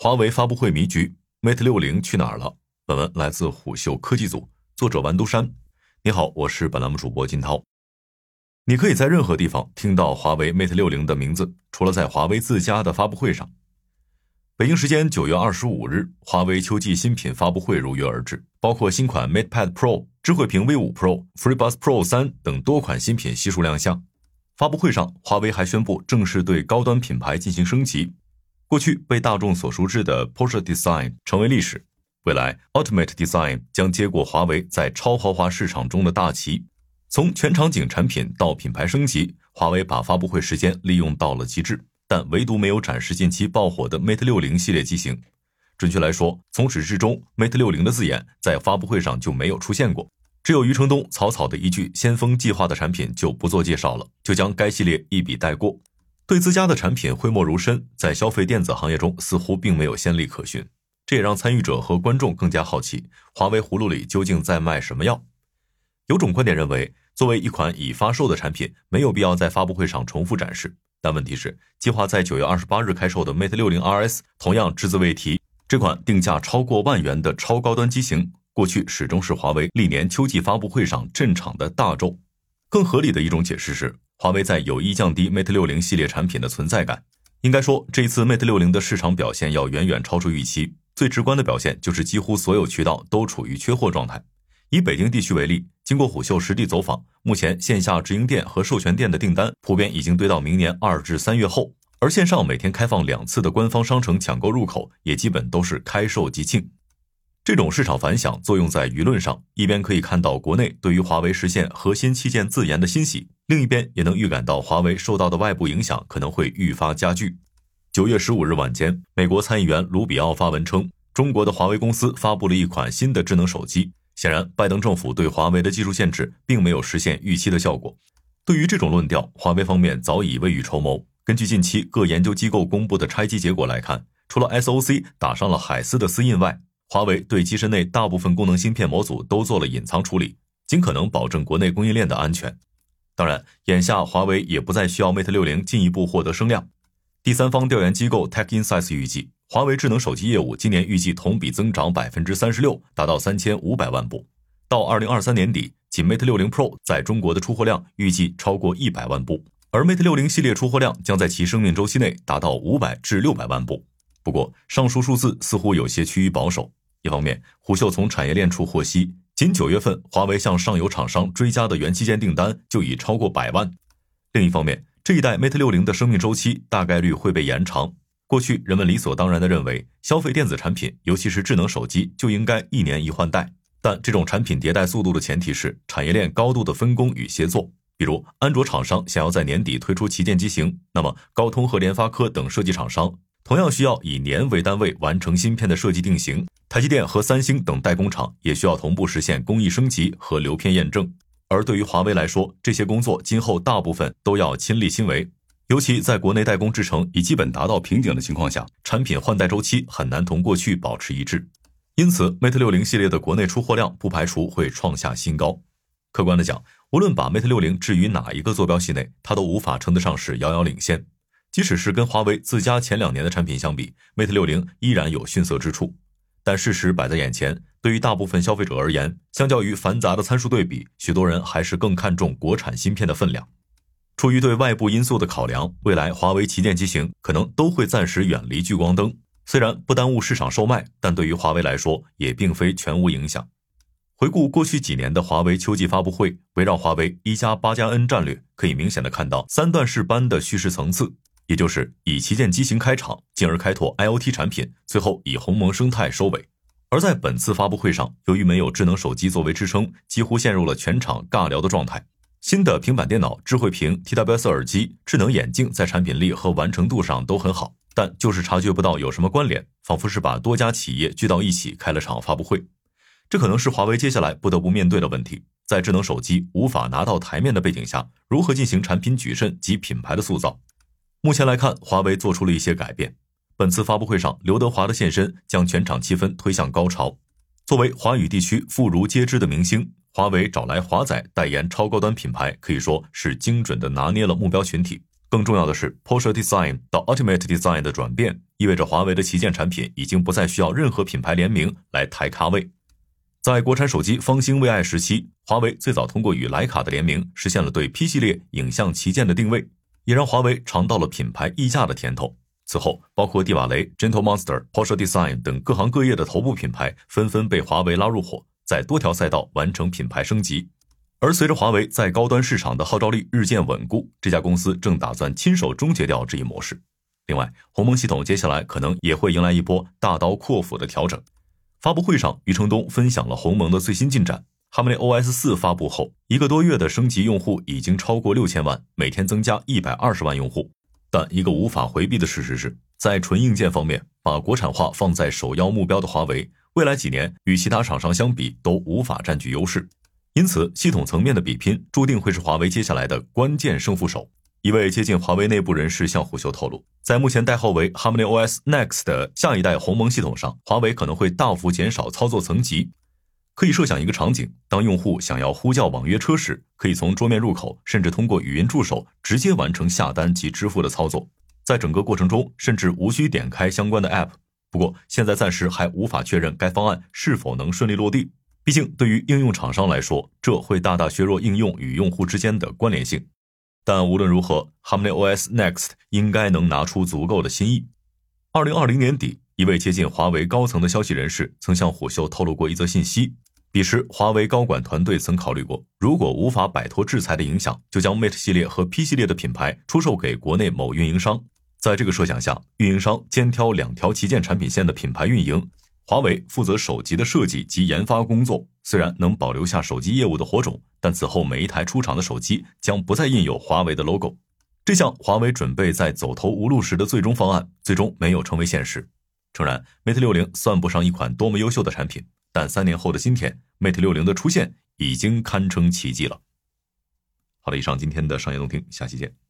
华为发布会迷局 ，Mate 60去哪儿了？本文来自虎嗅科技组，作者完都山。你好，我是本栏目主播金涛。你可以在任何地方听到华为 Mate 60的名字，除了在华为自家的发布会上。北京时间9月25日，华为秋季新品发布会如约而至，包括新款 MatePad Pro、智慧屏 V5 Pro、FreeBuds Pro 3等多款新品悉数亮相。发布会上，华为还宣布正式对高端品牌进行升级。过去被大众所熟知的 Porsche Design 成为历史，未来 Ultimate Design 将接过华为在超豪华市场中的大旗。从全场景产品到品牌升级，华为把发布会时间利用到了极致，但唯独没有展示近期爆火的 Mate 60系列机型。准确来说，从始至终 Mate 60的字眼在发布会上就没有出现过，只有余承东草草的一句先锋计划的产品就不做介绍了，就将该系列一笔带过。对自家的产品讳莫如深，在消费电子行业中似乎并没有先例可循，这也让参与者和观众更加好奇，华为葫芦里究竟在卖什么药？有种观点认为，作为一款已发售的产品，没有必要在发布会上重复展示。但问题是，计划在9月28日开售的 Mate 60 RS 同样只字未提。这款定价超过万元的超高端机型，过去始终是华为历年秋季发布会上镇场的大轴。更合理的一种解释是，华为在有意降低 Mate 60系列产品的存在感。应该说，这一次 Mate 60的市场表现要远远超出预期，最直观的表现就是几乎所有渠道都处于缺货状态。以北京地区为例，经过虎嗅实地走访，目前线下直营店和授权店的订单普遍已经堆到明年2至3月后，而线上每天开放2次的官方商城抢购入口也基本都是开售即罄。这种市场反响作用在舆论上，一边可以看到国内对于华为实现核心器件自研的欣喜，另一边也能预感到华为受到的外部影响可能会愈发加剧。9月15日晚间，美国参议员卢比奥发文称，中国的华为公司发布了一款新的智能手机。显然，拜登政府对华为的技术限制并没有实现预期的效果。对于这种论调，华为方面早已未雨绸缪。根据近期各研究机构公布的拆机结果来看，除了 SoC 打上了海思的私印外，华为对机身内大部分功能芯片模组都做了隐藏处理，尽可能保证国内供应链的安全。当然，眼下华为也不再需要 Mate 60进一步获得声量。第三方调研机构 Tech Insights 预计，华为智能手机业务今年预计同比增长 36%， 达到3500万部。到2023年底，仅 Mate 60 Pro 在中国的出货量预计超过100万部，而 Mate 60系列出货量将在其生命周期内达到500至600万部。不过，上述数字似乎有些趋于保守。一方面，虎嗅从产业链处获悉，仅9月份华为向上游厂商追加的元器件订单就已超过100万。另一方面，这一代 Mate 60的生命周期大概率会被延长。过去人们理所当然地认为，消费电子产品，尤其是智能手机，就应该1年一换代。但这种产品迭代速度的前提是产业链高度的分工与协作。比如，安卓厂商想要在年底推出旗舰机型，那么高通和联发科等设计厂商同样需要以年为单位完成芯片的设计定型。台积电和三星等代工厂也需要同步实现工艺升级和流片验证。而对于华为来说，这些工作今后大部分都要亲力亲为。尤其在国内代工制程已基本达到瓶颈的情况下，产品换代周期很难同过去保持一致。因此 Mate 60系列的国内出货量不排除会创下新高。客观的讲，无论把 Mate 60置于哪一个坐标系内，它都无法称得上是遥遥领先。即使是跟华为自家前2年的产品相比， Mate 60依然有逊色之处。但事实摆在眼前，对于大部分消费者而言，相较于繁杂的参数对比，许多人还是更看重国产芯片的分量。出于对外部因素的考量，未来华为旗舰机型可能都会暂时远离聚光灯。虽然不耽误市场售卖，但对于华为来说也并非全无影响。回顾过去几年的华为秋季发布会，围绕华为1+8+N 战略，可以明显的看到3段式般的叙事层次，也就是以旗舰机型开场，进而开拓 IoT 产品，最后以鸿蒙生态收尾。而在本次发布会上，由于没有智能手机作为支撑，几乎陷入了全场尬聊的状态。新的平板电脑、智慧屏、TWS 耳机、智能眼镜在产品力和完成度上都很好，但就是察觉不到有什么关联，仿佛是把多家企业聚到一起开了场发布会。这可能是华为接下来不得不面对的问题，在智能手机无法拿到台面的背景下，如何进行产品矩阵及品牌的塑造。目前来看，华为做出了一些改变。本次发布会上，刘德华的现身将全场气氛推向高潮。作为华语地区妇孺皆知的明星，华为找来华仔代言超高端品牌，可以说是精准地拿捏了目标群体。 更重要的是 Porsche Design 到 Ultimate Design 的转变，意味着华为的旗舰产品已经不再需要任何品牌联名来抬咖位。在国产手机方兴未艾时期，华为最早通过与徕卡的联名，实现了对 P 系列影像旗舰的定位，也让华为尝到了品牌溢价的甜头。此后，包括蒂瓦雷、Gentle Monster、Porsche Design 等各行各业的头部品牌纷纷被华为拉入伙，在多条赛道完成品牌升级。而随着华为在高端市场的号召力日渐稳固，这家公司正打算亲手终结掉这一模式。另外，鸿蒙系统接下来可能也会迎来一波大刀阔斧的调整。发布会上，余承东分享了鸿蒙的最新进展。Harmony OS 4发布后，1个多月的升级用户已经超过6000万，每天增加120万用户。但一个无法回避的事实是，在纯硬件方面，把国产化放在首要目标的华为，未来几年与其他厂商相比都无法占据优势。因此，系统层面的比拼注定会是华为接下来的关键胜负手。一位接近华为内部人士向虎嗅透露，在目前代号为 Harmony OS Next 的下一代鸿蒙系统上，华为可能会大幅减少操作层级。可以设想一个场景，当用户想要呼叫网约车时，可以从桌面入口甚至通过语音助手直接完成下单及支付的操作，在整个过程中甚至无需点开相关的 App。 不过现在暂时还无法确认该方案是否能顺利落地，毕竟对于应用厂商来说，这会大大削弱应用与用户之间的关联性。但无论如何， Harmony OS Next 应该能拿出足够的新意。2020年底，一位接近华为高层的消息人士曾向虎嗅透露过一则信息，彼时华为高管团队曾考虑过，如果无法摆脱制裁的影响，就将 Mate 系列和 P 系列的品牌出售给国内某运营商。在这个设想下，运营商兼挑2条旗舰产品线的品牌运营，华为负责手机的设计及研发工作。虽然能保留下手机业务的火种，但此后每一台出厂的手机将不再印有华为的 logo。 这项华为准备在走投无路时的最终方案最终没有成为现实。诚然 Mate 60算不上一款多么优秀的产品，但3年后的今天， Mate 60的出现已经堪称奇迹了。好了，以上今天的商业动听，下期见。